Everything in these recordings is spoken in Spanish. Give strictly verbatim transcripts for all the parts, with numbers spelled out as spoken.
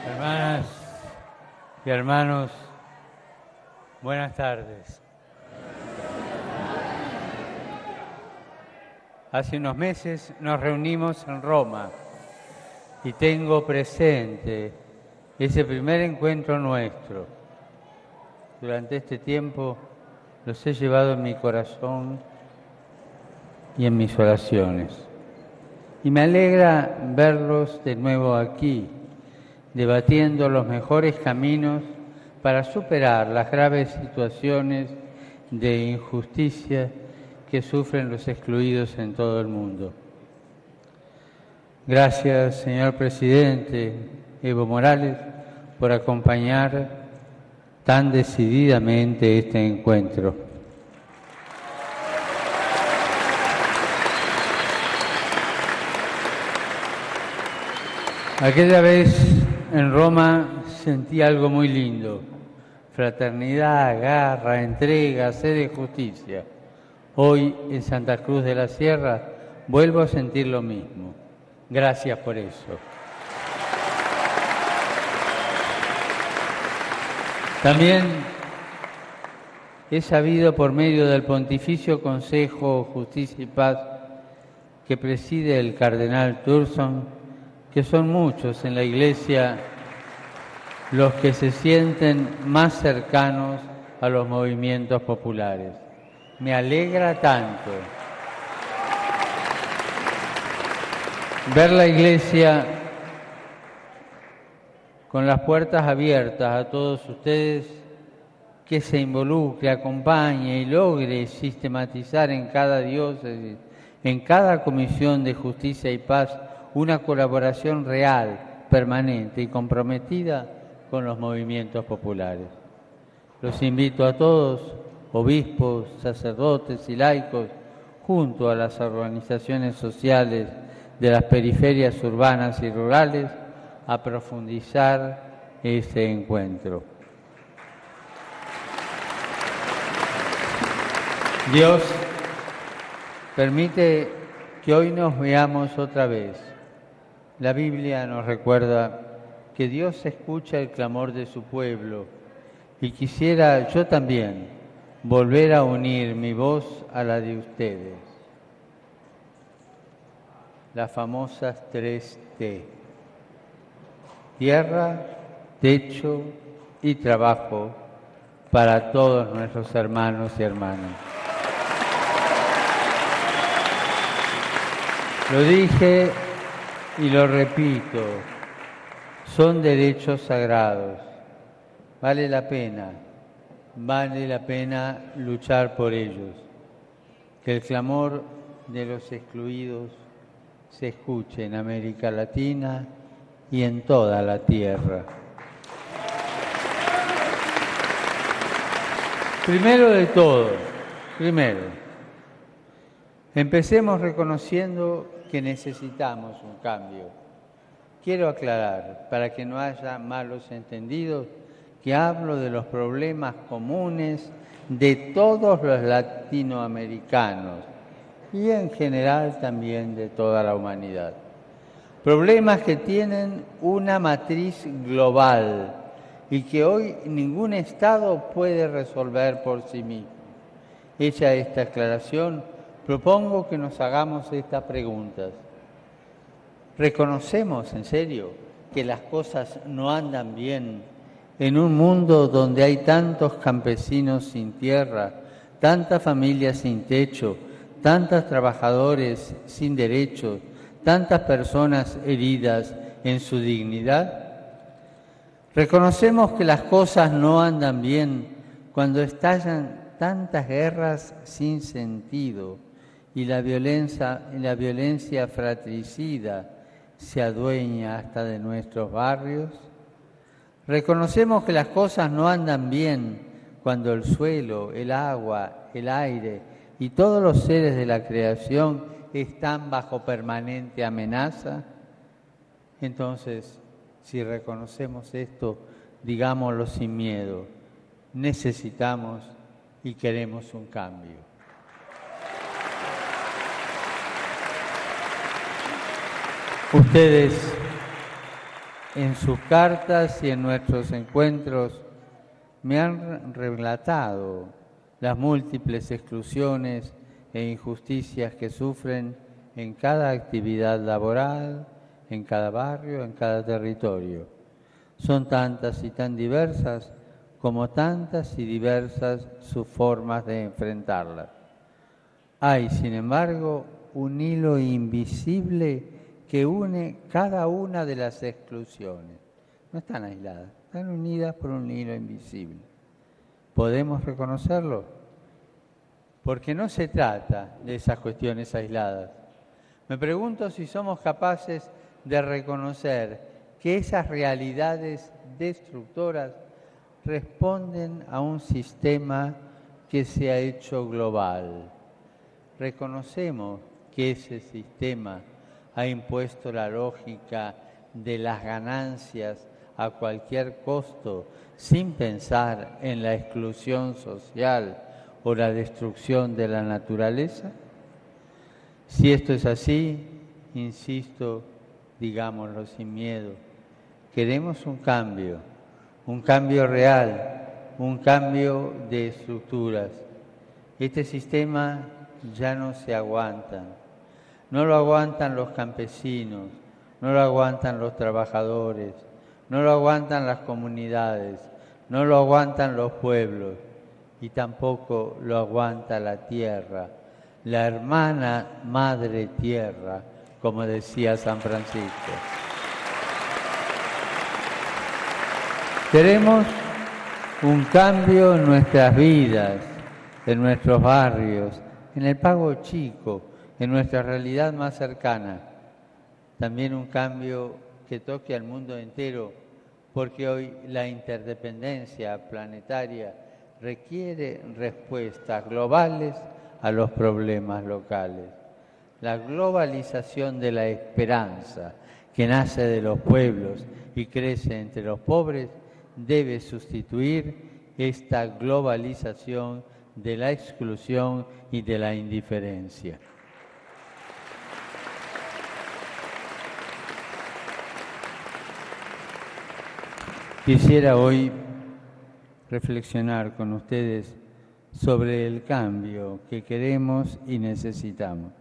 Hermanas y hermanos, buenas tardes. Hace unos meses nos reunimos en Roma y tengo presente ese primer encuentro nuestro. Durante este tiempo los he llevado en mi corazón y en mis oraciones. Y me alegra verlos de nuevo aquí, debatiendo los mejores caminos para superar las graves situaciones de injusticia que sufren los excluidos en todo el mundo. Gracias, señor presidente Evo Morales, por acompañar tan decididamente este encuentro. Aquella vez en Roma sentí algo muy lindo: fraternidad, garra, entrega, sed de justicia. Hoy en Santa Cruz de la Sierra vuelvo a sentir lo mismo. Gracias por eso. También he sabido por medio del Pontificio Consejo Justicia y Paz que preside el cardenal Turson que son muchos en la Iglesia los que se sienten más cercanos a los movimientos populares. Me alegra tanto ver la Iglesia con las puertas abiertas a todos ustedes, que se involucre, acompañe y logre sistematizar en cada diócesis, en cada comisión de justicia y paz, una colaboración real, permanente y comprometida con los movimientos populares. Los invito a todos, obispos, sacerdotes y laicos, junto a las organizaciones sociales de las periferias urbanas y rurales, a profundizar este encuentro. Dios permite que hoy nos veamos otra vez. La Biblia nos recuerda que Dios escucha el clamor de su pueblo y quisiera yo también volver a unir mi voz a la de ustedes. Las famosas tres T: tierra, techo y trabajo para todos nuestros hermanos y hermanas. Lo dije y lo repito, son derechos sagrados. Vale la pena, vale la pena luchar por ellos. Que el clamor de los excluidos se escuche en América Latina y en toda la tierra. Primero de todo, primero, empecemos reconociendo que necesitamos un cambio. Quiero aclarar, para que no haya malos entendidos, que hablo de los problemas comunes de todos los latinoamericanos y en general también de toda la humanidad. Problemas que tienen una matriz global y que hoy ningún Estado puede resolver por sí mismo. Hecha esta aclaración, propongo que nos hagamos estas preguntas. ¿Reconocemos en serio que las cosas no andan bien en un mundo donde hay tantos campesinos sin tierra, tantas familias sin techo, tantos trabajadores sin derechos, tantas personas heridas en su dignidad? ¿Reconocemos que las cosas no andan bien cuando estallan tantas guerras sin sentido y la violencia, la violencia fratricida se adueña hasta de nuestros barrios? ¿Reconocemos que las cosas no andan bien cuando el suelo, el agua, el aire y todos los seres de la creación están bajo permanente amenaza? Entonces, si reconocemos esto, digámoslo sin miedo: necesitamos y queremos un cambio. Ustedes en sus cartas y en nuestros encuentros me han relatado las múltiples exclusiones e injusticias que sufren en cada actividad laboral, en cada barrio, en cada territorio. Son tantas y tan diversas como tantas y diversas sus formas de enfrentarlas. Hay, sin embargo, un hilo invisible que une cada una de las exclusiones. No están aisladas, están unidas por un hilo invisible. ¿Podemos reconocerlo? Porque no se trata de esas cuestiones aisladas. Me pregunto si somos capaces de reconocer que esas realidades destructoras responden a un sistema que se ha hecho global. Reconocemos que ese sistema ha impuesto la lógica de las ganancias a cualquier costo, sin pensar en la exclusión social o la destrucción de la naturaleza. Si esto es así, insisto, digámoslo sin miedo, queremos un cambio, un cambio real, un cambio de estructuras. Este sistema ya no se aguanta, no lo aguantan los campesinos, no lo aguantan los trabajadores, no lo aguantan las comunidades, no lo aguantan los pueblos y tampoco lo aguanta la tierra, la hermana madre tierra, como decía San Francisco. Queremos un cambio en nuestras vidas, en nuestros barrios, en el Pago Chico, en nuestra realidad más cercana. También un cambio que toque al mundo entero, porque hoy la interdependencia planetaria requiere respuestas globales a los problemas locales. La globalización de la esperanza, que nace de los pueblos y crece entre los pobres, debe sustituir esta globalización de la exclusión y de la indiferencia. Quisiera hoy reflexionar con ustedes sobre el cambio que queremos y necesitamos.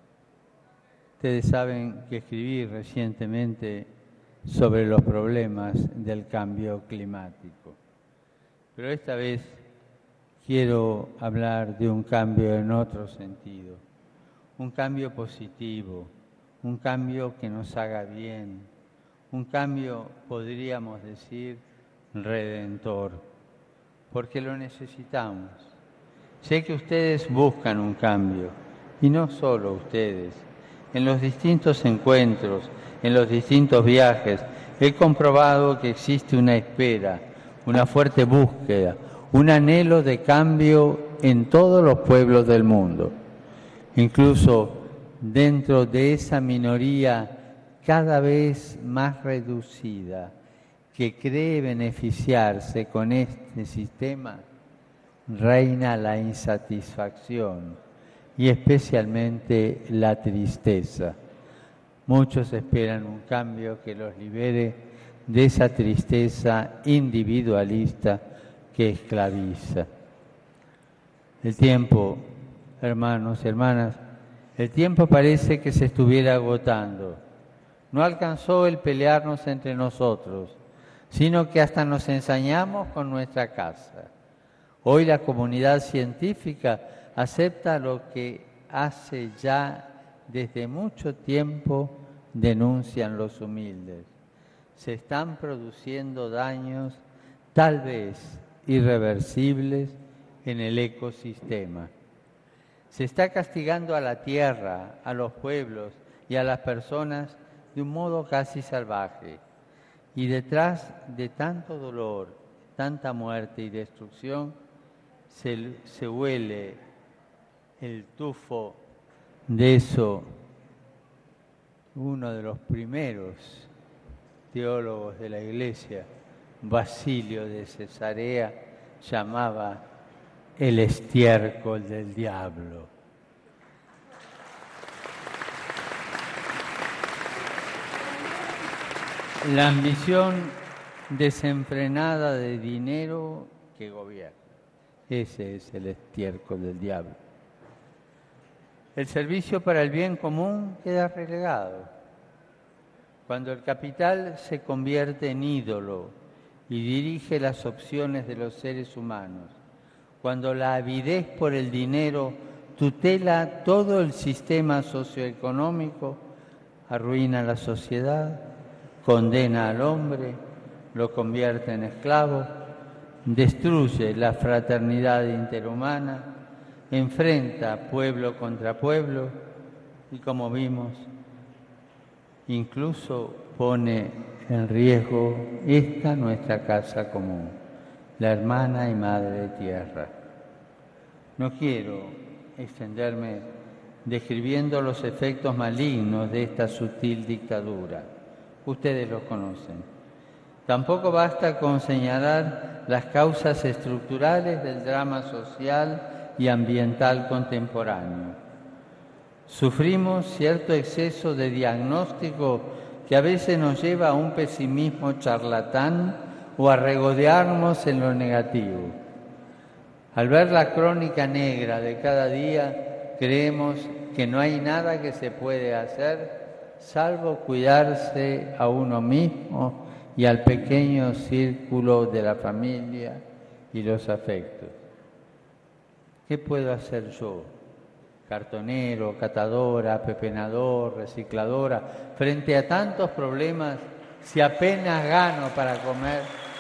Ustedes saben que escribí recientemente sobre los problemas del cambio climático, pero esta vez quiero hablar de un cambio en otro sentido, un cambio positivo, un cambio que nos haga bien, un cambio, podríamos decir, redentor, porque lo necesitamos. Sé que ustedes buscan un cambio, y no solo ustedes. En los distintos encuentros, en los distintos viajes, he comprobado que existe una espera, una fuerte búsqueda, un anhelo de cambio en todos los pueblos del mundo. Incluso dentro de esa minoría cada vez más reducida que cree beneficiarse con este sistema, reina la insatisfacción y especialmente la tristeza. Muchos esperan un cambio que los libere de esa tristeza individualista que esclaviza. El tiempo, hermanos y hermanas, el tiempo parece que se estuviera agotando. No alcanzó el pelearnos entre nosotros, sino que hasta nos ensañamos con nuestra casa. Hoy la comunidad científica acepta lo que hace ya desde mucho tiempo denuncian los humildes. Se están produciendo daños tal vez irreversibles en el ecosistema. Se está castigando a la tierra, a los pueblos y a las personas de un modo casi salvaje. Y detrás de tanto dolor, tanta muerte y destrucción, se, se huele el tufo de eso. Uno de los primeros teólogos de la Iglesia, Basilio de Cesarea, llamaba el estiércol del diablo. La ambición desenfrenada de dinero que gobierna. Ese es el estiércol del diablo. El servicio para el bien común queda relegado. Cuando el capital se convierte en ídolo y dirige las opciones de los seres humanos, cuando la avidez por el dinero tutela todo el sistema socioeconómico, arruina la sociedad, condena al hombre, lo convierte en esclavo, destruye la fraternidad interhumana, enfrenta pueblo contra pueblo y, como vimos, incluso pone en riesgo esta nuestra casa común, la hermana y madre tierra. No quiero extenderme describiendo los efectos malignos de esta sutil dictadura. Ustedes los conocen. Tampoco basta con señalar las causas estructurales del drama social y ambiental contemporáneo. Sufrimos cierto exceso de diagnóstico que a veces nos lleva a un pesimismo charlatán o a regodearnos en lo negativo. Al ver la crónica negra de cada día, creemos que no hay nada que se puede hacer salvo cuidarse a uno mismo y al pequeño círculo de la familia y los afectos. ¿Qué puedo hacer yo, cartonero, catadora, pepenador, recicladora, frente a tantos problemas si apenas gano para comer?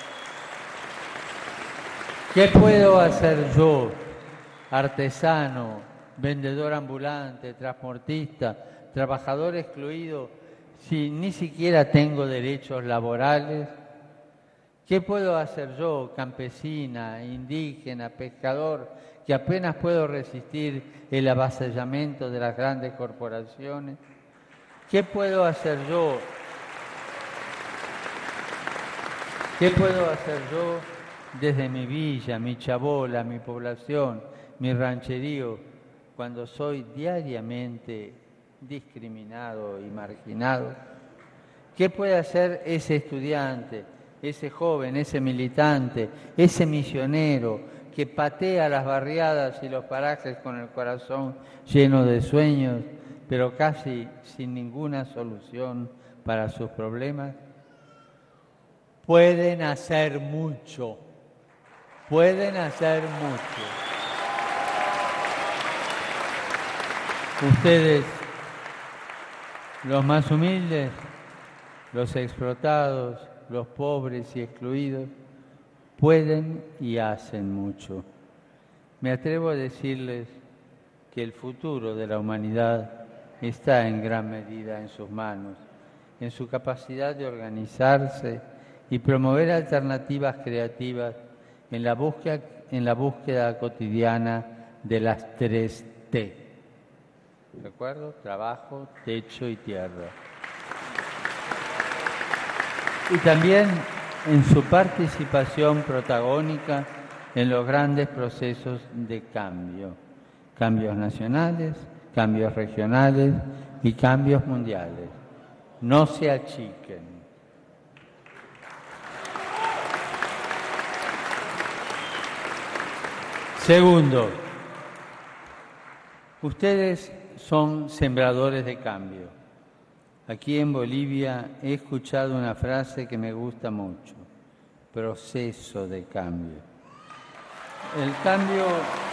¿Qué puedo hacer yo, artesano, vendedor ambulante, transportista, trabajador excluido, si ni siquiera tengo derechos laborales? ¿Qué puedo hacer yo, campesina, indígena, pescador, que apenas puedo resistir el avasallamiento de las grandes corporaciones? ¿Qué puedo hacer yo? ¿Qué puedo hacer yo desde mi villa, mi chabola, mi población, mi rancherío, cuando soy diariamente discriminado y marginado? ¿Qué puede hacer ese estudiante, ese joven, ese militante, ese misionero que patea las barriadas y los parajes con el corazón lleno de sueños, pero casi sin ninguna solución para sus problemas? Pueden hacer mucho, pueden hacer mucho. Ustedes, los más humildes, los explotados, los pobres y excluidos, pueden y hacen mucho. Me atrevo a decirles que el futuro de la humanidad está en gran medida en sus manos, en su capacidad de organizarse y promover alternativas creativas en la búsqueda, en la búsqueda cotidiana de las tres T. ¿Recuerdo? Trabajo, techo y tierra. Y también en su participación protagónica en los grandes procesos de cambio, cambios nacionales, cambios regionales y cambios mundiales. No se achiquen. Segundo, ustedes son sembradores de cambio. Aquí en Bolivia he escuchado una frase que me gusta mucho: proceso de cambio. El cambio,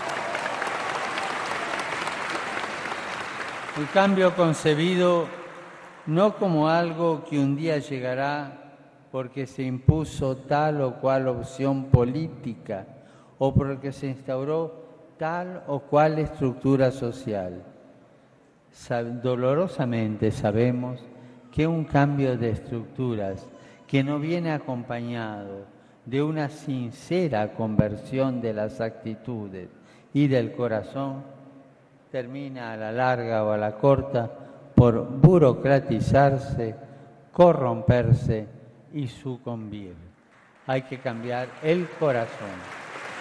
el cambio concebido no como algo que un día llegará porque se impuso tal o cual opción política o porque se instauró tal o cual estructura social. Dolorosamente sabemos que un cambio de estructuras que no viene acompañado de una sincera conversión de las actitudes y del corazón termina a la larga o a la corta por burocratizarse, corromperse y sucumbir. Hay que cambiar el corazón.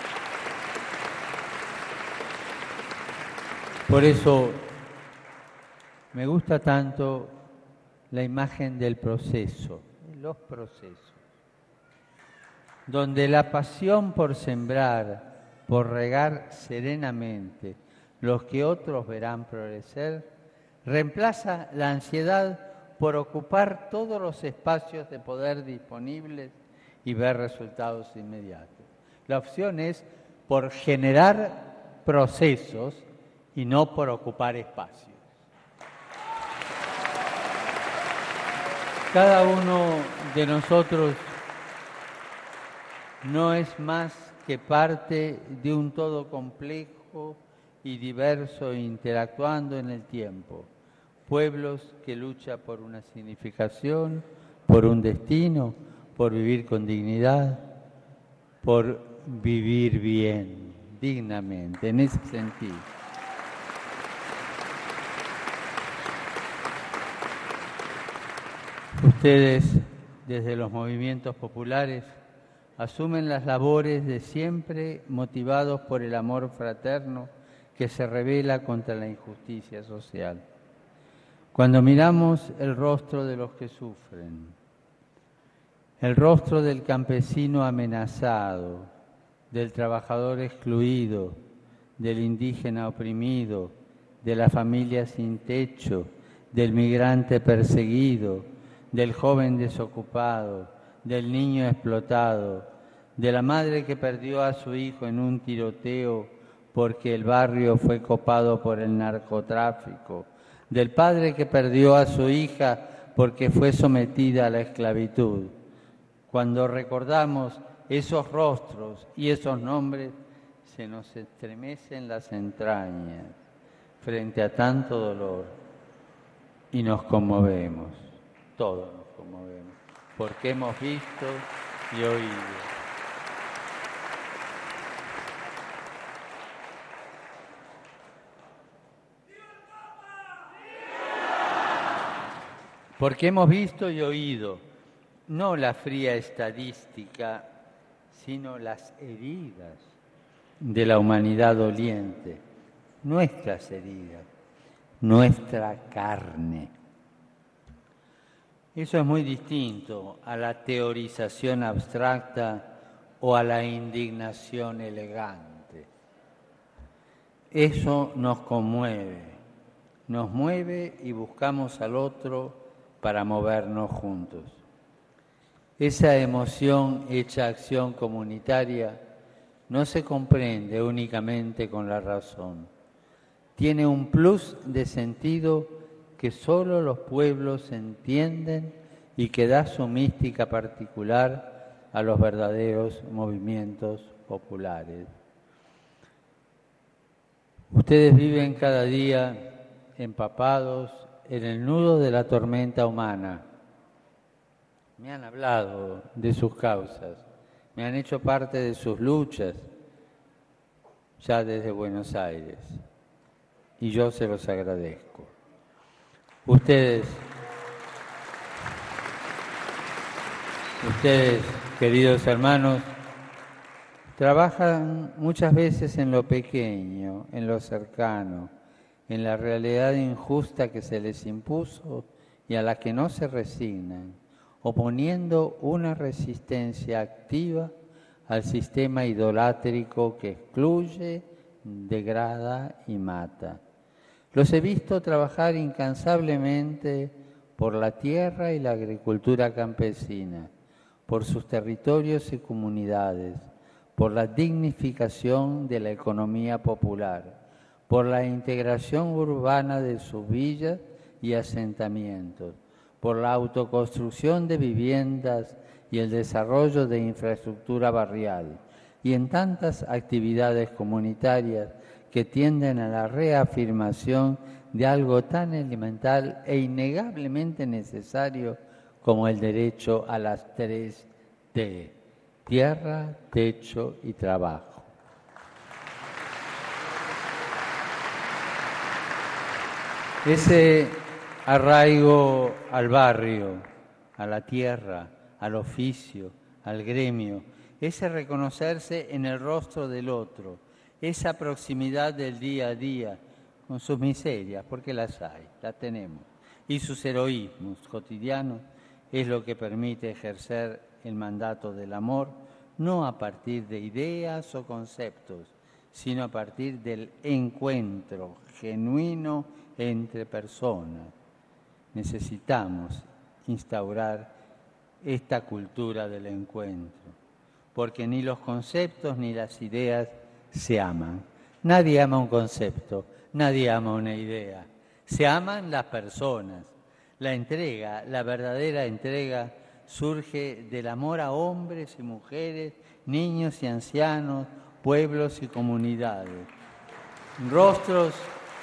Por eso me gusta tanto la imagen del proceso, los procesos, donde la pasión por sembrar, por regar serenamente los que otros verán florecer, reemplaza la ansiedad por ocupar todos los espacios de poder disponibles y ver resultados inmediatos. La opción es por generar procesos y no por ocupar espacios. Cada uno de nosotros no es más que parte de un todo complejo y diverso interactuando en el tiempo. Pueblos que luchan por una significación, por un destino, por vivir con dignidad, por vivir bien, dignamente, en ese sentido. Ustedes, desde los movimientos populares, asumen las labores de siempre motivados por el amor fraterno que se revela contra la injusticia social. Cuando miramos el rostro de los que sufren, el rostro del campesino amenazado, del trabajador excluido, del indígena oprimido, de la familia sin techo, del migrante perseguido, del joven desocupado, del niño explotado, de la madre que perdió a su hijo en un tiroteo porque el barrio fue copado por el narcotráfico, del padre que perdió a su hija porque fue sometida a la esclavitud. Cuando recordamos esos rostros y esos nombres, se nos estremecen las entrañas frente a tanto dolor y nos conmovemos. Todos nos conmovemos, porque hemos visto y oído. Porque hemos visto y oído, no la fría estadística, sino las heridas de la humanidad doliente, nuestras heridas, nuestra carne. Eso es muy distinto a la teorización abstracta o a la indignación elegante. Eso nos conmueve, nos mueve y buscamos al otro para movernos juntos. Esa emoción hecha acción comunitaria no se comprende únicamente con la razón. Tiene un plus de sentido que solo los pueblos entienden y que da su mística particular a los verdaderos movimientos populares. Ustedes viven cada día empapados en el nudo de la tormenta humana. Me han hablado de sus causas, me han hecho parte de sus luchas, ya desde Buenos Aires, y yo se los agradezco. Ustedes, ustedes, queridos hermanos, trabajan muchas veces en lo pequeño, en lo cercano, en la realidad injusta que se les impuso y a la que no se resignan, oponiendo una resistencia activa al sistema idolátrico que excluye, degrada y mata. Los he visto trabajar incansablemente por la tierra y la agricultura campesina, por sus territorios y comunidades, por la dignificación de la economía popular, por la integración urbana de sus villas y asentamientos, por la autoconstrucción de viviendas y el desarrollo de infraestructura barrial, y en tantas actividades comunitarias que tienden a la reafirmación de algo tan elemental e innegablemente necesario como el derecho a las tres T: tierra, techo y trabajo. Ese arraigo al barrio, a la tierra, al oficio, al gremio, ese reconocerse en el rostro del otro, esa proximidad del día a día, con sus miserias, porque las hay, las tenemos, y sus heroísmos cotidianos, Es lo que permite ejercer el mandato del amor, no a partir de ideas o conceptos, sino a partir del encuentro genuino entre personas. Necesitamos instaurar esta cultura del encuentro, porque ni los conceptos ni las ideas se aman. Nadie ama un concepto, nadie ama una idea. Se aman las personas. La entrega, la verdadera entrega, surge del amor a hombres y mujeres, niños y ancianos, pueblos y comunidades. Rostros,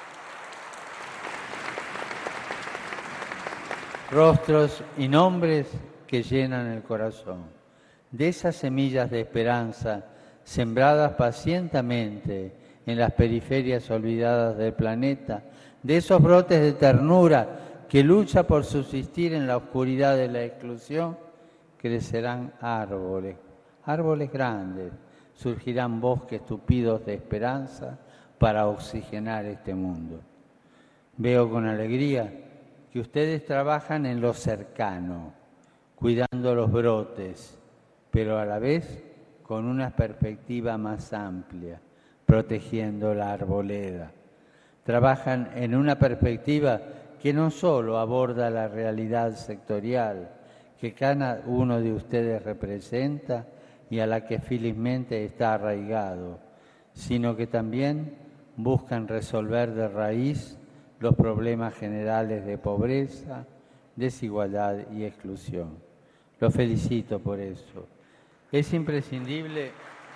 rostros y nombres que llenan el corazón. De esas semillas de esperanza sembradas pacientemente en las periferias olvidadas del planeta, de esos brotes de ternura que lucha por subsistir en la oscuridad de la exclusión, crecerán árboles, árboles grandes, surgirán bosques tupidos de esperanza para oxigenar este mundo. Veo con alegría que ustedes trabajan en lo cercano, cuidando los brotes, pero a la vez con una perspectiva más amplia, protegiendo la arboleda. Trabajan en una perspectiva que no solo aborda la realidad sectorial que cada uno de ustedes representa y a la que felizmente está arraigado, sino que también buscan resolver de raíz los problemas generales de pobreza, desigualdad y exclusión. Los felicito por eso. Es imprescindible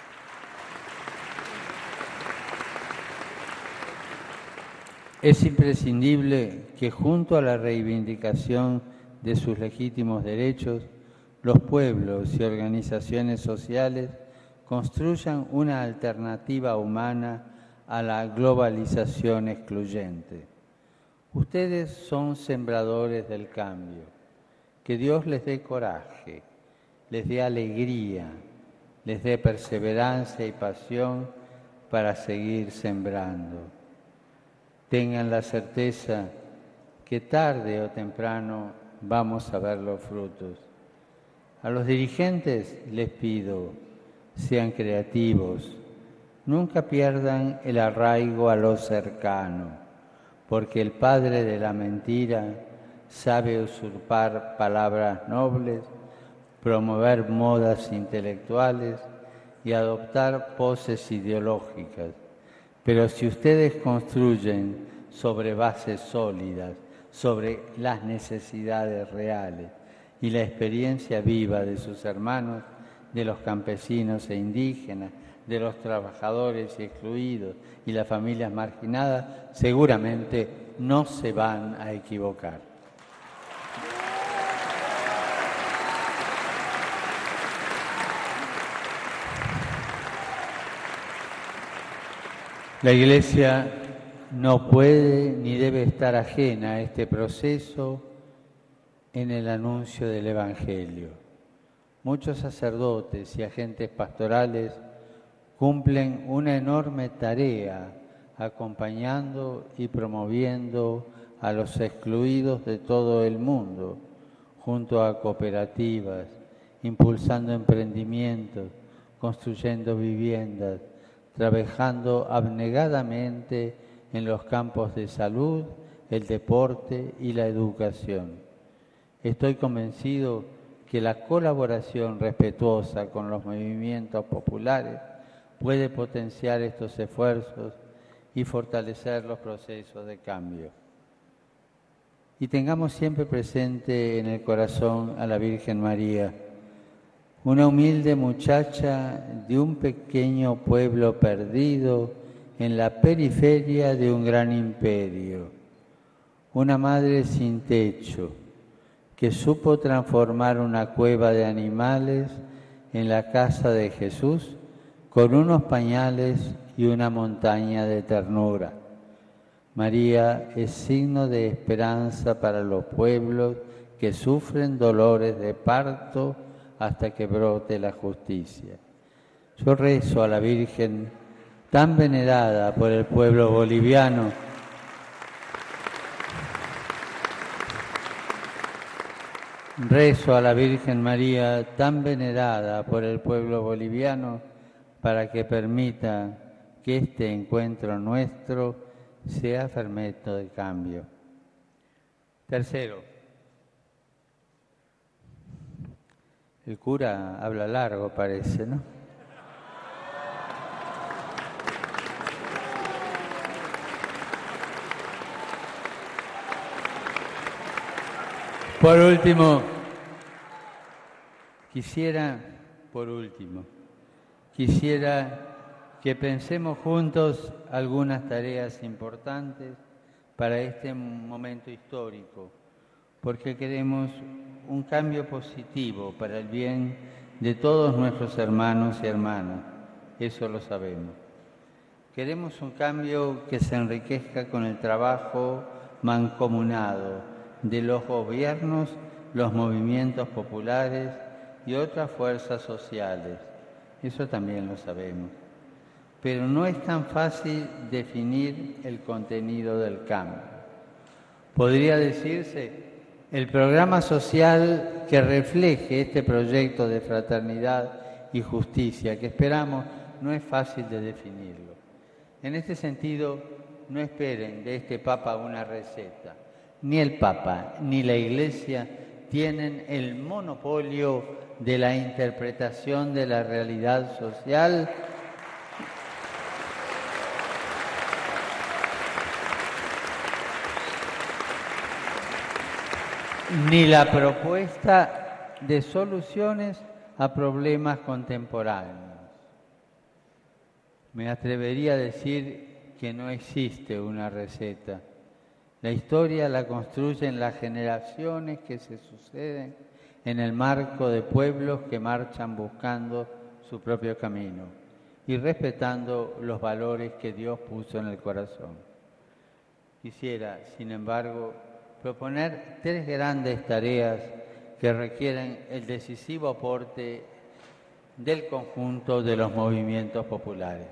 Es imprescindible que junto a la reivindicación de sus legítimos derechos, los pueblos y organizaciones sociales construyan una alternativa humana a la globalización excluyente. Ustedes son sembradores del cambio. Que Dios les dé coraje, les dé alegría, les dé perseverancia y pasión para seguir sembrando. Tengan la certeza que tarde o temprano vamos a ver los frutos. A los dirigentes les pido, sean creativos, nunca pierdan el arraigo a lo cercano, porque el padre de la mentira sabe usurpar palabras nobles, promover modas intelectuales y adoptar poses ideológicas. Pero si ustedes construyen sobre bases sólidas, sobre las necesidades reales y la experiencia viva de sus hermanos, de los campesinos e indígenas, de los trabajadores y excluidos y las familias marginadas, seguramente no se van a equivocar. La Iglesia no puede ni debe estar ajena a este proceso en el anuncio del Evangelio. Muchos sacerdotes y agentes pastorales cumplen una enorme tarea acompañando y promoviendo a los excluidos de todo el mundo, junto a cooperativas, impulsando emprendimientos, construyendo viviendas, trabajando abnegadamente en los campos de salud, el deporte y la educación. Estoy convencido que la colaboración respetuosa con los movimientos populares puede potenciar estos esfuerzos y fortalecer los procesos de cambio. Y tengamos siempre presente en el corazón a la Virgen María, una humilde muchacha de un pequeño pueblo perdido en la periferia de un gran imperio, una madre sin techo que supo transformar una cueva de animales en la casa de Jesús con unos pañales y una montaña de ternura. María es signo de esperanza para los pueblos que sufren dolores de parto hasta que brote la justicia. Yo rezo a la Virgen tan venerada por el pueblo boliviano, Rezo a la Virgen María, tan venerada por el pueblo boliviano, para que permita que este encuentro nuestro sea fermento de cambio. Tercero, el cura habla largo, parece, ¿no? Por último, quisiera, por último, quisiera que pensemos juntos algunas tareas importantes para este momento histórico, porque queremos un cambio positivo para el bien de todos nuestros hermanos y hermanas, eso lo sabemos. Queremos un cambio que se enriquezca con el trabajo mancomunado de los gobiernos, los movimientos populares y otras fuerzas sociales. Eso también lo sabemos. Pero no es tan fácil definir el contenido del cambio. Podría decirse, el programa social que refleje este proyecto de fraternidad y justicia que esperamos no es fácil de definirlo. En este sentido, no esperen de este Papa una receta. Ni el Papa ni la Iglesia tienen el monopolio de la interpretación de la realidad social ni la propuesta de soluciones a problemas contemporáneos. Me atrevería a decir que no existe una receta. La historia la construyen las generaciones que se suceden en el marco de pueblos que marchan buscando su propio camino y respetando los valores que Dios puso en el corazón. Quisiera, sin embargo, proponer tres grandes tareas que requieren el decisivo aporte del conjunto de los movimientos populares.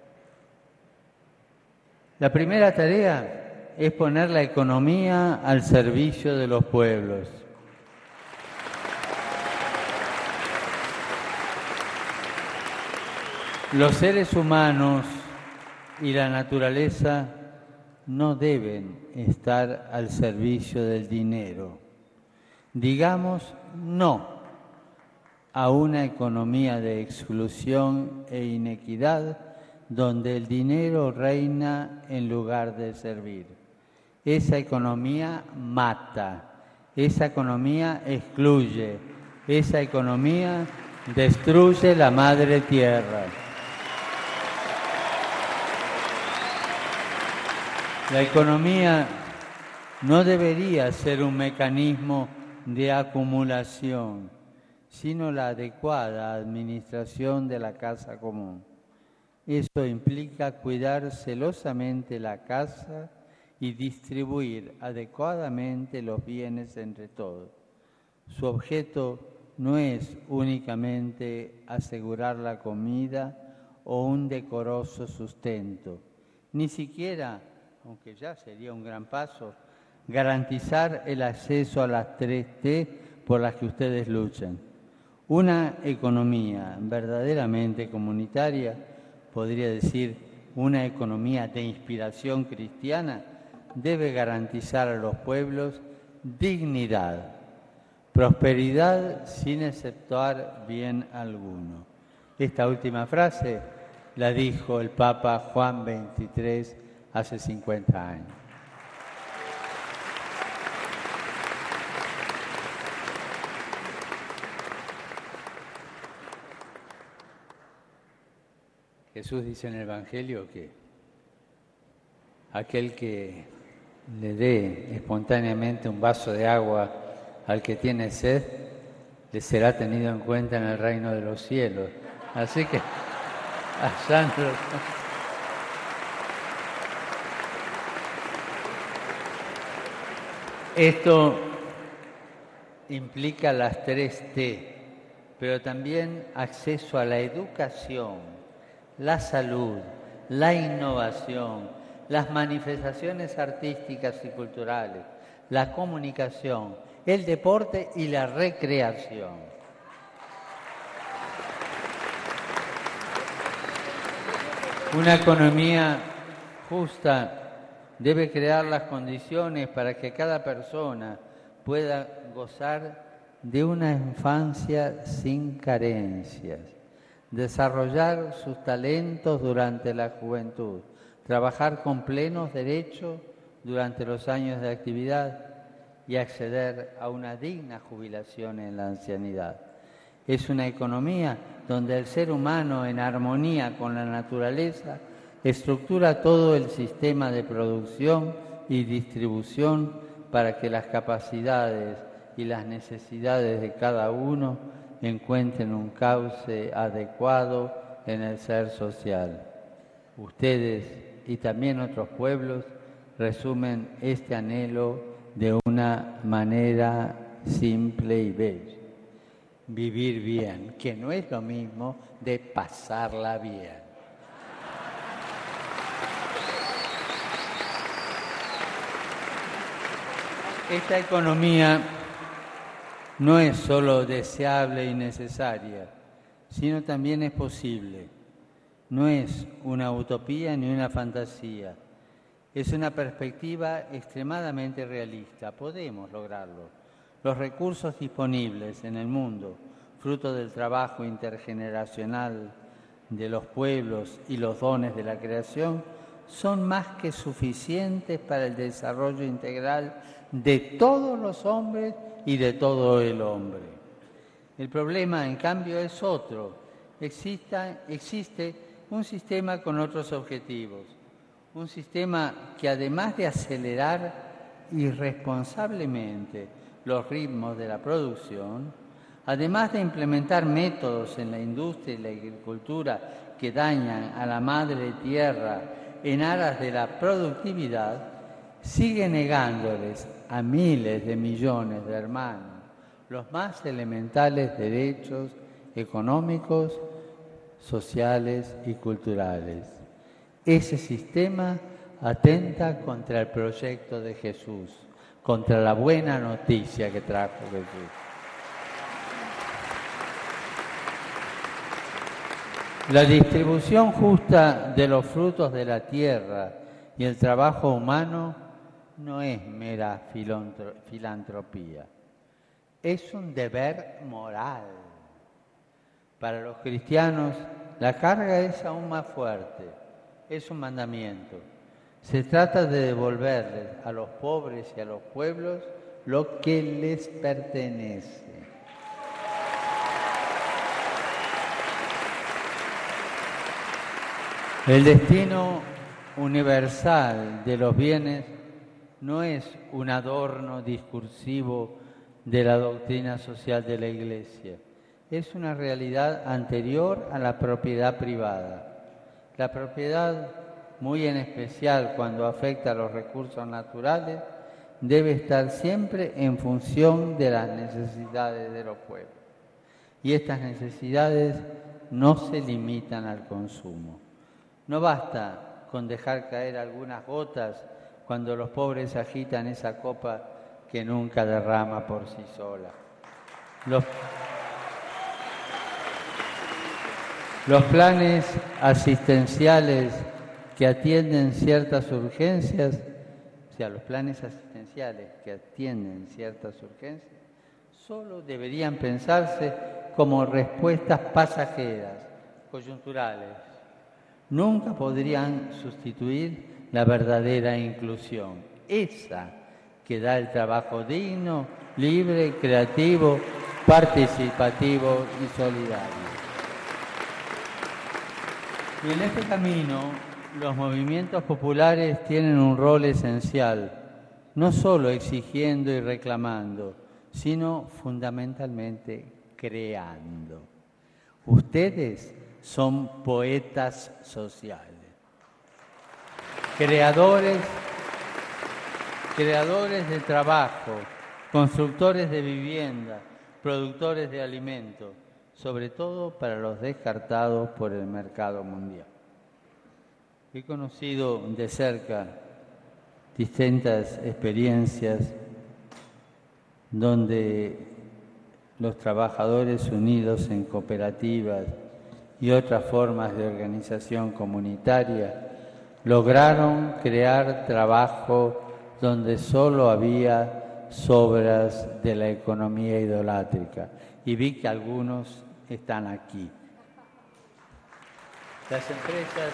La primera tarea es poner la economía al servicio de los pueblos. Los seres humanos y la naturaleza no deben estar al servicio del dinero. Digamos no a una economía de exclusión e inequidad donde el dinero reina en lugar de servir. Esa economía mata, esa economía excluye, esa economía destruye la madre tierra. La economía no debería ser un mecanismo de acumulación, sino la adecuada administración de la casa común. Eso implica cuidar celosamente la casa y distribuir adecuadamente los bienes entre todos. Su objeto no es únicamente asegurar la comida o un decoroso sustento, ni siquiera, aunque ya sería un gran paso, garantizar el acceso a las tres T por las que ustedes luchan. Una economía verdaderamente comunitaria, podría decir una economía de inspiración cristiana, debe garantizar a los pueblos dignidad, prosperidad sin exceptuar bien alguno. Esta última frase la dijo el Papa Juan veintitrés hace cincuenta años. Jesús dice en el Evangelio que aquel que le dé espontáneamente un vaso de agua al que tiene sed, le será tenido en cuenta en el reino de los cielos. Así que, allá no lo... Esto implica las tres T, pero también acceso a la educación, la salud, la innovación, las manifestaciones artísticas y culturales, la comunicación el deporte y la recreación. Una economía justa debe crear las condiciones para que cada persona pueda gozar de una infancia sin carencias, desarrollar sus talentos durante la juventud, trabajar con plenos derechos durante los años de actividad y acceder a una digna jubilación en la ancianidad. Es una economía donde el ser humano, en armonía con la naturaleza, estructura todo el sistema de producción y distribución para que las capacidades y las necesidades de cada uno encuentren un cauce adecuado en el ser social. Ustedes y también otros pueblos resumen este anhelo de una manera simple y bella. Vivir bien, que no es lo mismo de pasarla bien. Esta economía no es solo deseable y necesaria, sino también es posible. No es una utopía ni una fantasía. Es una perspectiva extremadamente realista. Podemos lograrlo. Los recursos disponibles en el mundo, fruto del trabajo intergeneracional de los pueblos y los dones de la creación, son más que suficientes para el desarrollo integral de todos los hombres y de todo el hombre. El problema, en cambio, es otro. Exista, existe un sistema con otros objetivos, un sistema que, además de acelerar irresponsablemente los ritmos de la producción, además de implementar métodos en la industria y la agricultura que dañan a la madre tierra en aras de la productividad, sigue negándoles a miles de millones de hermanos los más elementales derechos económicos, sociales y culturales. Ese sistema atenta contra el proyecto de Jesús, contra la buena noticia que trajo Jesús. La distribución justa de los frutos de la tierra y el trabajo humano no es mera filantropía, es un deber moral. Para los cristianos, la carga es aún más fuerte, es un mandamiento. Se trata de devolverles a los pobres y a los pueblos lo que les pertenece. El destino universal de los bienes no es un adorno discursivo de la doctrina social de la Iglesia, es una realidad anterior a la propiedad privada. La propiedad, muy en especial cuando afecta a los recursos naturales, debe estar siempre en función de las necesidades de los pueblos. Y estas necesidades no se limitan al consumo. No basta con dejar caer algunas gotas cuando los pobres agitan esa copa que nunca derrama por sí sola. Los, los planes asistenciales que atienden ciertas urgencias, o sea, los planes asistenciales que atienden ciertas urgencias, solo deberían pensarse como respuestas pasajeras, coyunturales. Nunca podrían sustituir la verdadera inclusión, esa que da el trabajo digno, libre, creativo, participativo y solidario. Y en este camino, los movimientos populares tienen un rol esencial, no solo exigiendo y reclamando, sino fundamentalmente creando. Ustedes son poetas sociales, creadores, creadores de trabajo, constructores de vivienda, productores de alimentos, sobre todo para los descartados por el mercado mundial. He conocido de cerca distintas experiencias donde los trabajadores unidos en cooperativas y otras formas de organización comunitaria lograron crear trabajo donde solo había sobras de la economía idolátrica. Y vi que algunos están aquí. Las empresas,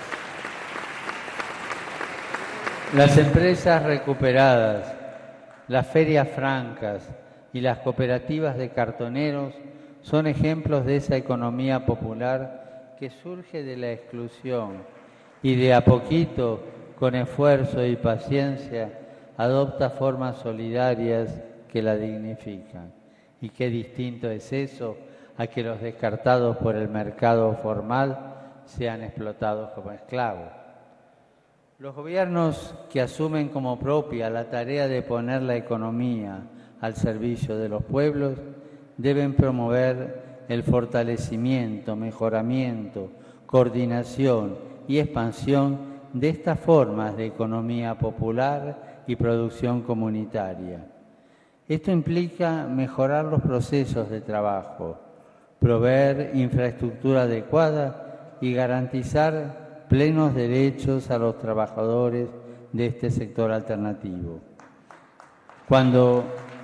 las empresas recuperadas, las ferias francas y las cooperativas de cartoneros son ejemplos de esa economía popular que surge de la exclusión y de a poquito, con esfuerzo y paciencia, adopta formas solidarias que la dignifican. Y qué distinto es eso a que los descartados por el mercado formal sean explotados como esclavos. Los gobiernos que asumen como propia la tarea de poner la economía al servicio de los pueblos deben promover el fortalecimiento, mejoramiento, coordinación y expansión de estas formas de economía popular y producción comunitaria. Esto implica mejorar los procesos de trabajo, proveer infraestructura adecuada y garantizar plenos derechos a los trabajadores de este sector alternativo. Cuando,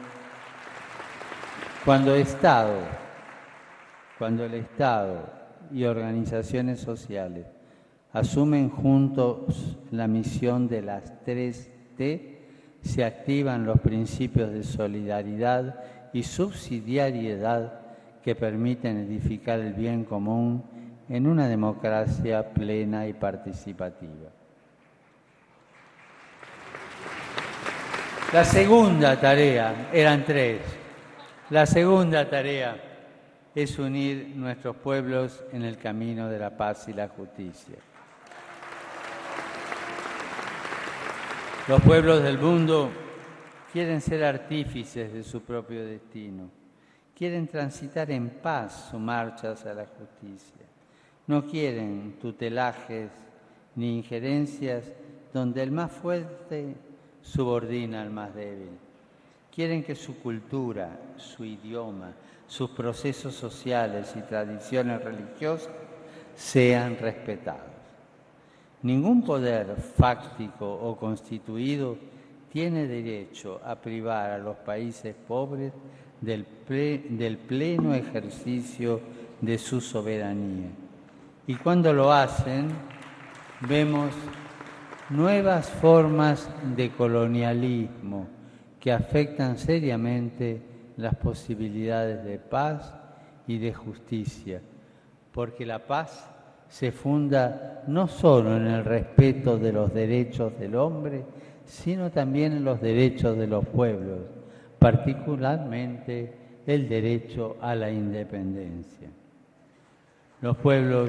cuando Estado, cuando el Estado y organizaciones sociales asumen juntos la misión de las tres T, se activan los principios de solidaridad y subsidiariedad que permiten edificar el bien común en una democracia plena y participativa. La segunda tarea, eran tres, la segunda tarea es unir nuestros pueblos en el camino de la paz y la justicia. Los pueblos del mundo quieren ser artífices de su propio destino, quieren transitar en paz su marcha hacia la justicia. No quieren tutelajes ni injerencias donde el más fuerte subordina al más débil. Quieren que su cultura, su idioma, sus procesos sociales y tradiciones religiosas sean respetados. Ningún poder fáctico o constituido tiene derecho a privar a los países pobres del, ple, del pleno ejercicio de su soberanía. Y cuando lo hacen, vemos nuevas formas de colonialismo que afectan seriamente las posibilidades de paz y de justicia, porque la paz se funda no solo en el respeto de los derechos del hombre, sino también en los derechos de los pueblos, particularmente el derecho a la independencia. Los pueblos,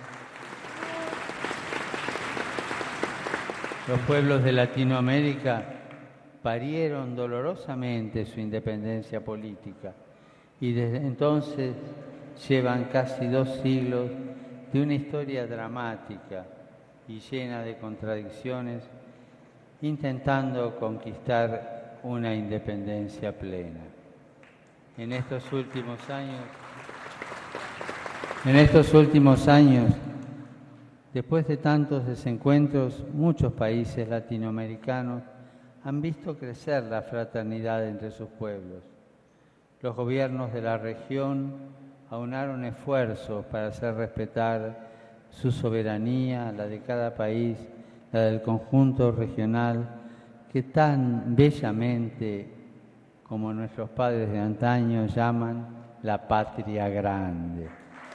los pueblos de Latinoamérica parieron dolorosamente su independencia política y desde entonces llevan casi dos siglos de una historia dramática y llena de contradicciones, intentando conquistar una independencia plena. En estos últimos años, en estos últimos años, después de tantos desencuentros, muchos países latinoamericanos han visto crecer la fraternidad entre sus pueblos. Los gobiernos de la región aunaron esfuerzos para hacer respetar su soberanía, la de cada país, la del conjunto regional, que tan bellamente, como nuestros padres de antaño llaman, la patria grande.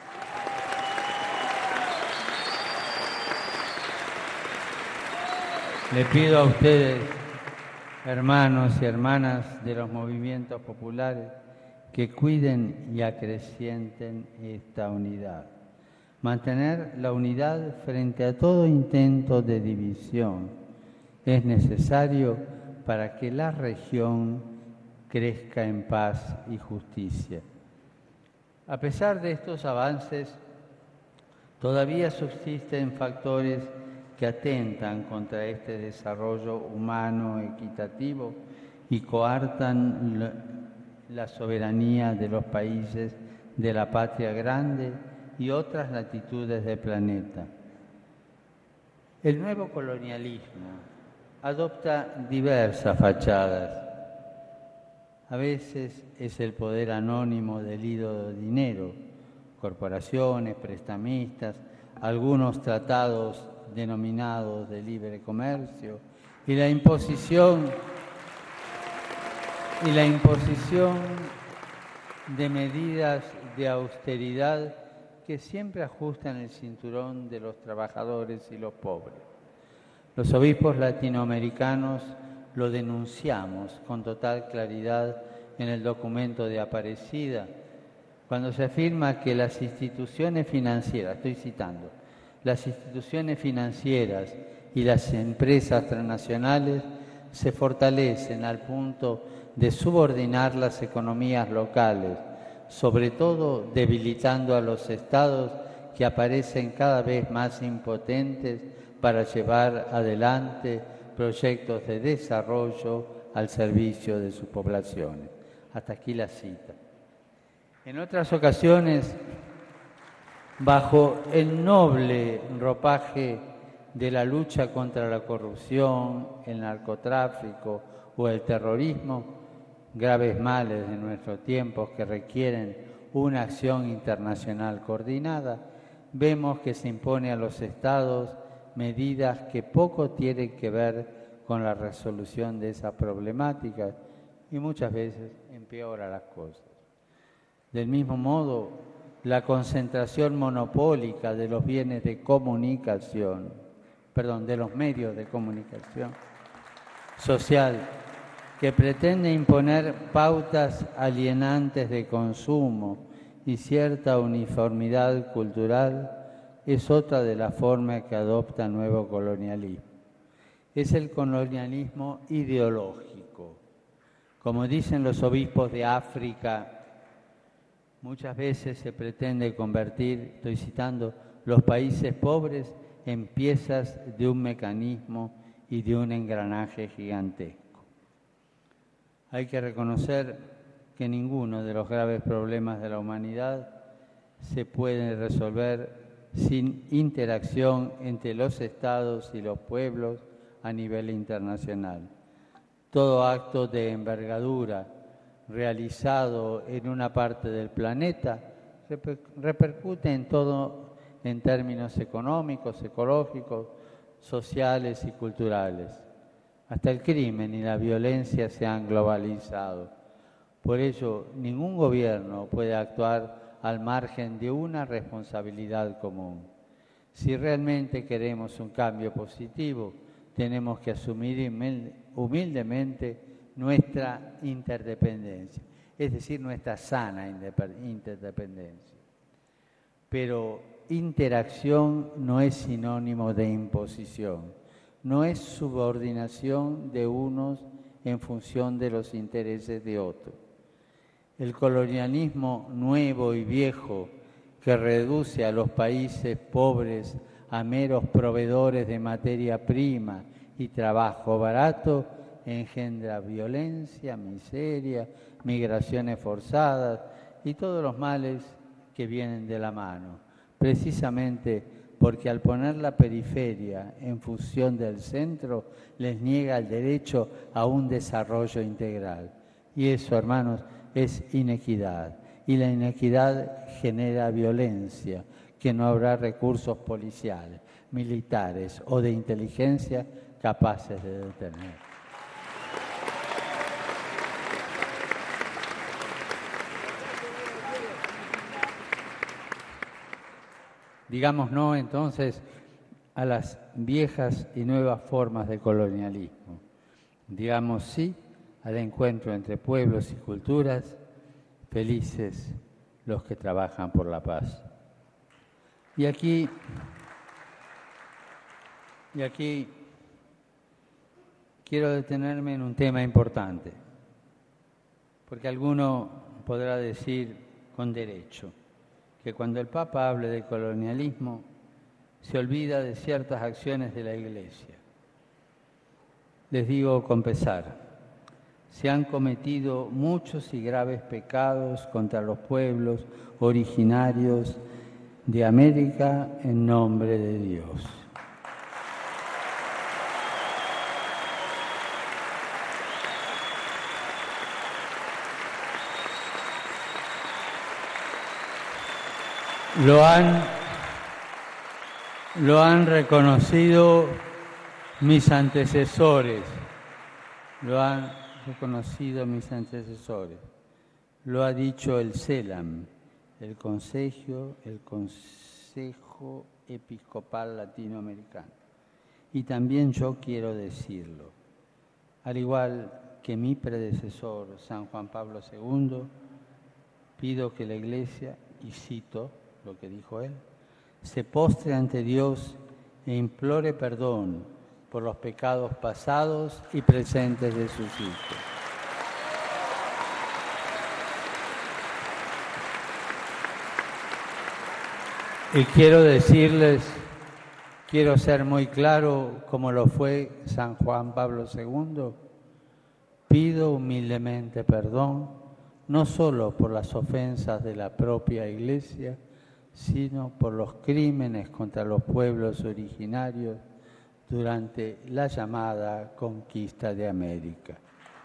Le pido a ustedes, hermanos y hermanas de los movimientos populares, que cuiden y acrecienten esta unidad. Mantener la unidad frente a todo intento de división es necesario para que la región crezca en paz y justicia. A pesar de estos avances, todavía subsisten factores que atentan contra este desarrollo humano equitativo y coartan la soberanía de los países de la patria grande y otras latitudes del planeta. El nuevo colonialismo adopta diversas fachadas. A veces es el poder anónimo del hilo dinero, corporaciones, prestamistas, algunos tratados denominados de libre comercio y la imposición y la imposición de medidas de austeridad que siempre ajustan el cinturón de los trabajadores y los pobres. Los obispos latinoamericanos lo denunciamos con total claridad en el documento de Aparecida, cuando se afirma que las instituciones financieras, estoy citando, las instituciones financieras y las empresas transnacionales se fortalecen al punto de subordinar las economías locales, sobre todo debilitando a los estados que aparecen cada vez más impotentes para llevar adelante proyectos de desarrollo al servicio de sus poblaciones. Hasta aquí la cita. En otras ocasiones, bajo el noble ropaje de la lucha contra la corrupción, el narcotráfico o el terrorismo, graves males de nuestros tiempos que requieren una acción internacional coordinada, vemos que se impone a los estados medidas que poco tienen que ver con la resolución de esa problemática y muchas veces empeora las cosas. Del mismo modo, la concentración monopólica de los bienes de comunicación, perdón, de los medios de comunicación social, que pretende imponer pautas alienantes de consumo y cierta uniformidad cultural, es otra de las formas que adopta el nuevo colonialismo. Es el colonialismo ideológico. Como dicen los obispos de África, muchas veces se pretende convertir, estoy citando, los países pobres en piezas de un mecanismo y de un engranaje gigantesco. Hay que reconocer que ninguno de los graves problemas de la humanidad se puede resolver sin interacción entre los estados y los pueblos a nivel internacional. Todo acto de envergadura realizado en una parte del planeta reper- repercute en todo en términos económicos, ecológicos, sociales y culturales. Hasta el crimen y la violencia se han globalizado. Por ello, ningún gobierno puede actuar al margen de una responsabilidad común. Si realmente queremos un cambio positivo, tenemos que asumir humildemente nuestra interdependencia, es decir, nuestra sana interdependencia. Pero interacción no es sinónimo de imposición, no es subordinación de unos en función de los intereses de otros. El colonialismo nuevo y viejo que reduce a los países pobres a meros proveedores de materia prima y trabajo barato engendra violencia, miseria, migraciones forzadas y todos los males que vienen de la mano, precisamente porque al poner la periferia en función del centro les niega el derecho a un desarrollo integral. Y eso, hermanos, es inequidad. Y la inequidad genera violencia, que no habrá recursos policiales, militares o de inteligencia capaces de detener. Digamos no, entonces, a las viejas y nuevas formas de colonialismo. Digamos sí al encuentro entre pueblos y culturas, felices los que trabajan por la paz. Y aquí, y aquí quiero detenerme en un tema importante, porque alguno podrá decir con derecho que cuando el Papa hable de colonialismo se olvida de ciertas acciones de la Iglesia. Les digo con pesar, Se han cometido muchos y graves pecados contra los pueblos originarios de América en nombre de Dios. Lo han, lo han reconocido mis antecesores, lo han reconocido mis antecesores. Lo ha dicho el CELAM, el Consejo, el Consejo Episcopal Latinoamericano. Y también yo quiero decirlo, al igual que mi predecesor, San Juan Pablo segundo, pido que la Iglesia, y cito lo que dijo él, se postre ante Dios e implore perdón por los pecados pasados y presentes de sus hijos. Y quiero decirles, quiero ser muy claro, como lo fue San Juan Pablo segundo, pido humildemente perdón, no solo por las ofensas de la propia Iglesia, sino por los crímenes contra los pueblos originarios durante la llamada conquista de América.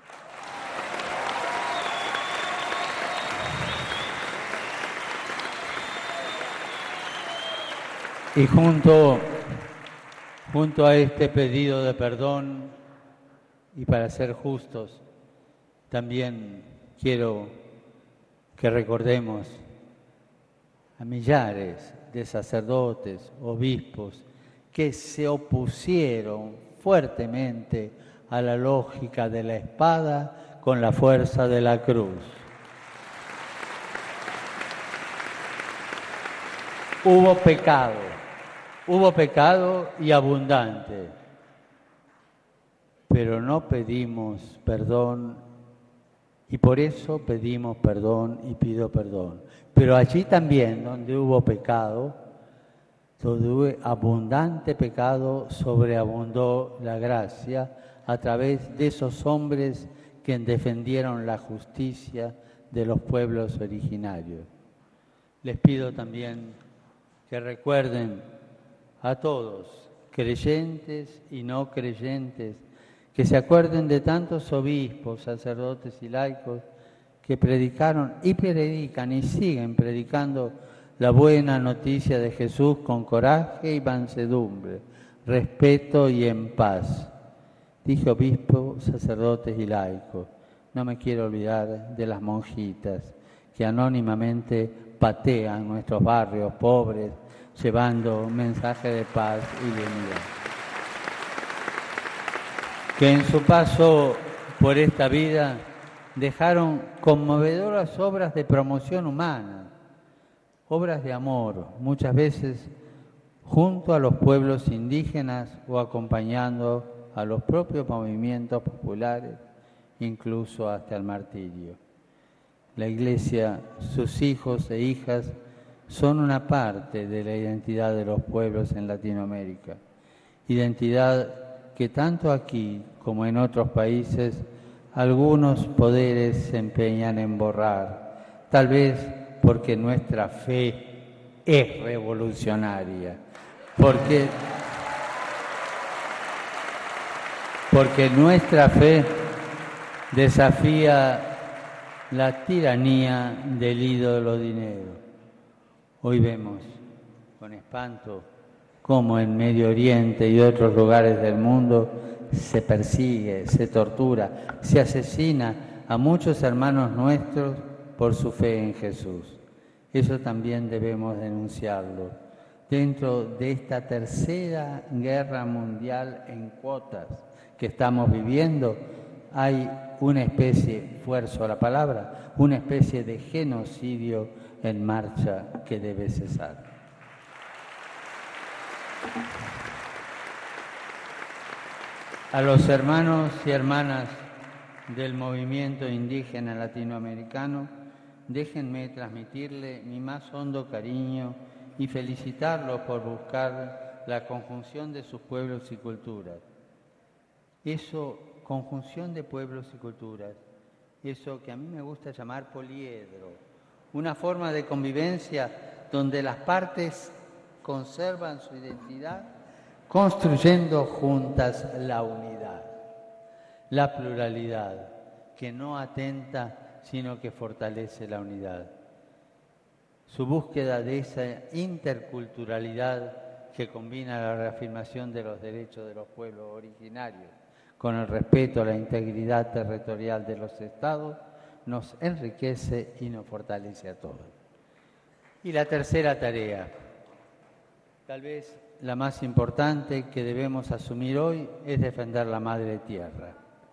Y junto, junto a este pedido de perdón, y para ser justos, también quiero que recordemos a millares de sacerdotes, obispos, que se opusieron fuertemente a la lógica de la espada con la fuerza de la cruz. Hubo pecado, hubo pecado y abundante, pero no pedimos perdón y por eso pedimos perdón y pido perdón. Pero allí también donde hubo pecado, donde hubo abundante pecado, sobreabundó la gracia a través de esos hombres que defendieron la justicia de los pueblos originarios. Les pido también que recuerden a todos, creyentes y no creyentes, que se acuerden de tantos obispos, sacerdotes y laicos que predicaron y predican y siguen predicando la buena noticia de Jesús con coraje y mansedumbre, respeto y en paz. Dije obispos, sacerdotes y laicos. No me quiero olvidar de las monjitas que anónimamente patean nuestros barrios pobres, llevando un mensaje de paz y de unidad. Que en su paso por esta vida dejaron conmovedoras obras de promoción humana, obras de amor, muchas veces junto a los pueblos indígenas o acompañando a los propios movimientos populares, incluso hasta el martirio. La Iglesia, sus hijos e hijas, son una parte de la identidad de los pueblos en Latinoamérica, identidad que tanto aquí como en otros países algunos poderes se empeñan en borrar, tal vez porque nuestra fe es revolucionaria, porque, porque nuestra fe desafía la tiranía del ídolo dinero. Hoy vemos con espanto cómo en Medio Oriente y otros lugares del mundo se persigue, se tortura, se asesina a muchos hermanos nuestros por su fe en Jesús. Eso también debemos denunciarlo. Dentro de esta tercera guerra mundial en cuotas que estamos viviendo, hay una especie, fuerzo la palabra, una especie de genocidio en marcha que debe cesar. A los hermanos y hermanas del movimiento indígena latinoamericano, déjenme transmitirle mi más hondo cariño y felicitarlos por buscar la conjunción de sus pueblos y culturas. Eso conjunción de pueblos y culturas, eso que a mí me gusta llamar poliedro, una forma de convivencia donde las partes conservan su identidad, construyendo juntas la unidad, la pluralidad, que no atenta, sino que fortalece la unidad. Su búsqueda de esa interculturalidad que combina la reafirmación de los derechos de los pueblos originarios con el respeto a la integridad territorial de los estados, nos enriquece y nos fortalece a todos. Y la tercera tarea, tal vez la más importante que debemos asumir hoy, es defender la Madre Tierra.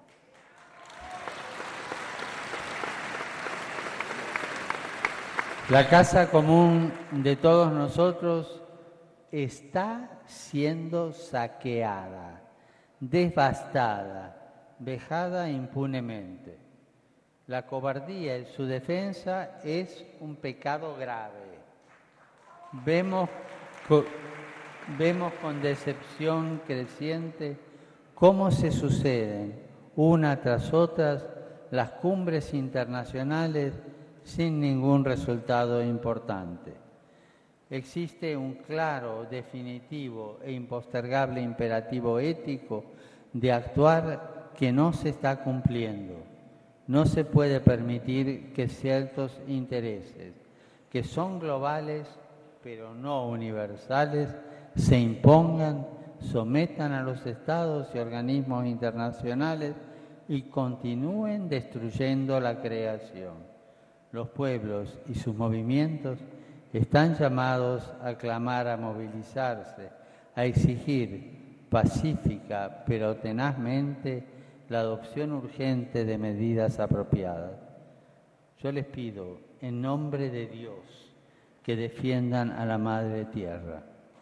La casa común de todos nosotros está siendo saqueada, devastada, vejada impunemente. La cobardía en su defensa es un pecado grave. Vemos, co- vemos con decepción creciente cómo se suceden una tras otra las cumbres internacionales sin ningún resultado importante. Existe un claro, definitivo e impostergable imperativo ético de actuar que no se está cumpliendo. No se puede permitir que ciertos intereses, que son globales pero no universales, se impongan, sometan a los estados y organismos internacionales y continúen destruyendo la creación. Los pueblos y sus movimientos están llamados a clamar, a movilizarse, a exigir pacífica pero tenazmente la adopción urgente de medidas apropiadas. Yo les pido, en nombre de Dios, que defiendan a la Madre Tierra.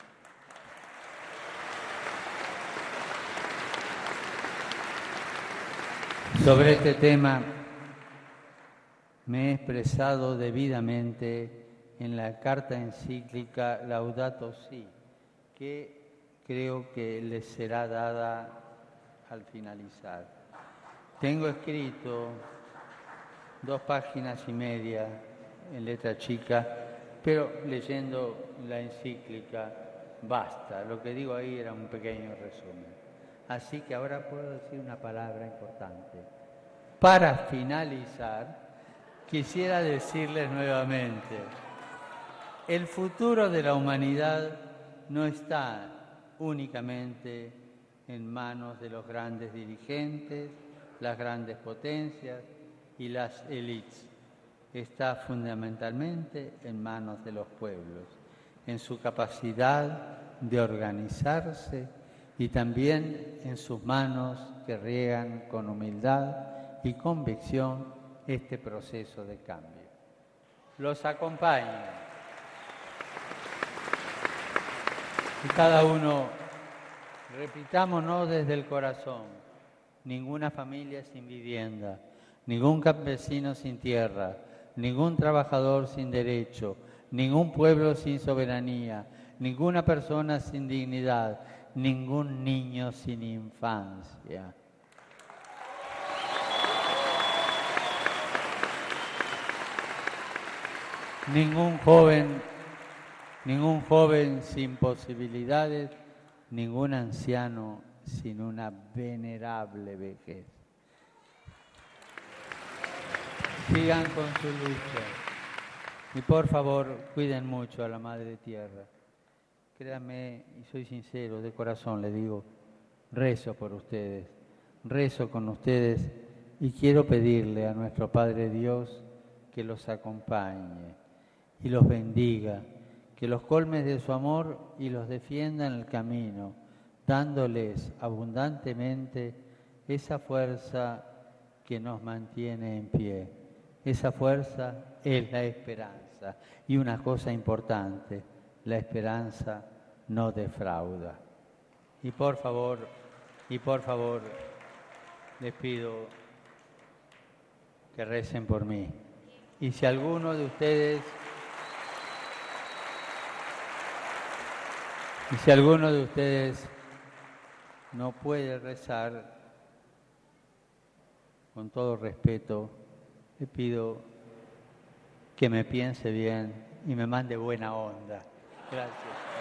Sobre este tema me he expresado debidamente en la carta encíclica Laudato Si, que creo que les será dada al finalizar. Tengo escrito dos páginas y media en letra chica, pero leyendo la encíclica basta. Lo que digo ahí era un pequeño resumen. Así que ahora puedo decir una palabra importante. Para finalizar, quisiera decirles nuevamente, el futuro de la humanidad no está únicamente en manos de los grandes dirigentes, las grandes potencias y las élites. Está fundamentalmente en manos de los pueblos, en su capacidad de organizarse y también en sus manos que riegan con humildad y convicción este proceso de cambio. Los acompaño. Y cada uno, repitámonos desde el corazón, ninguna familia sin vivienda, ningún campesino sin tierra, ningún trabajador sin derecho, ningún pueblo sin soberanía, ninguna persona sin dignidad, ningún niño sin infancia. Ningún joven, ningún joven sin posibilidades, ningún anciano sin una venerable vejez. Sigan con su lucha y por favor cuiden mucho a la Madre Tierra. Créanme, y soy sincero, de corazón le digo, rezo por ustedes, rezo con ustedes y quiero pedirle a nuestro Padre Dios que los acompañe y los bendiga, que los colme de su amor y los defienda en el camino, dándoles abundantemente esa fuerza que nos mantiene en pie. Esa fuerza es la esperanza. Y una cosa importante, la esperanza no defrauda. Y por favor, y por favor, les pido que recen por mí. Y si alguno de ustedes Y si alguno de ustedes no puede rezar, con todo respeto, le pido que me piense bien y me mande buena onda. Gracias.